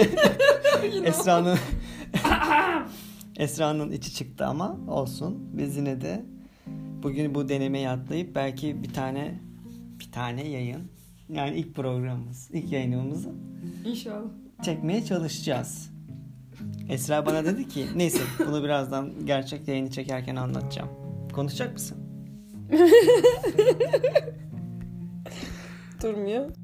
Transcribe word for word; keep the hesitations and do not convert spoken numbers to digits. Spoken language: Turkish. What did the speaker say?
Esra'nın Esra'nın içi çıktı ama olsun. Biz yine de bugün bu denemeyi atlayıp belki bir tane bir tane yayın, yani ilk programımız, ilk yayınımızı İnşallah çekmeye çalışacağız. Esra bana dedi ki neyse bunu birazdan gerçek yayını çekerken anlatacağım. Konuşacak mısın? durmuyor.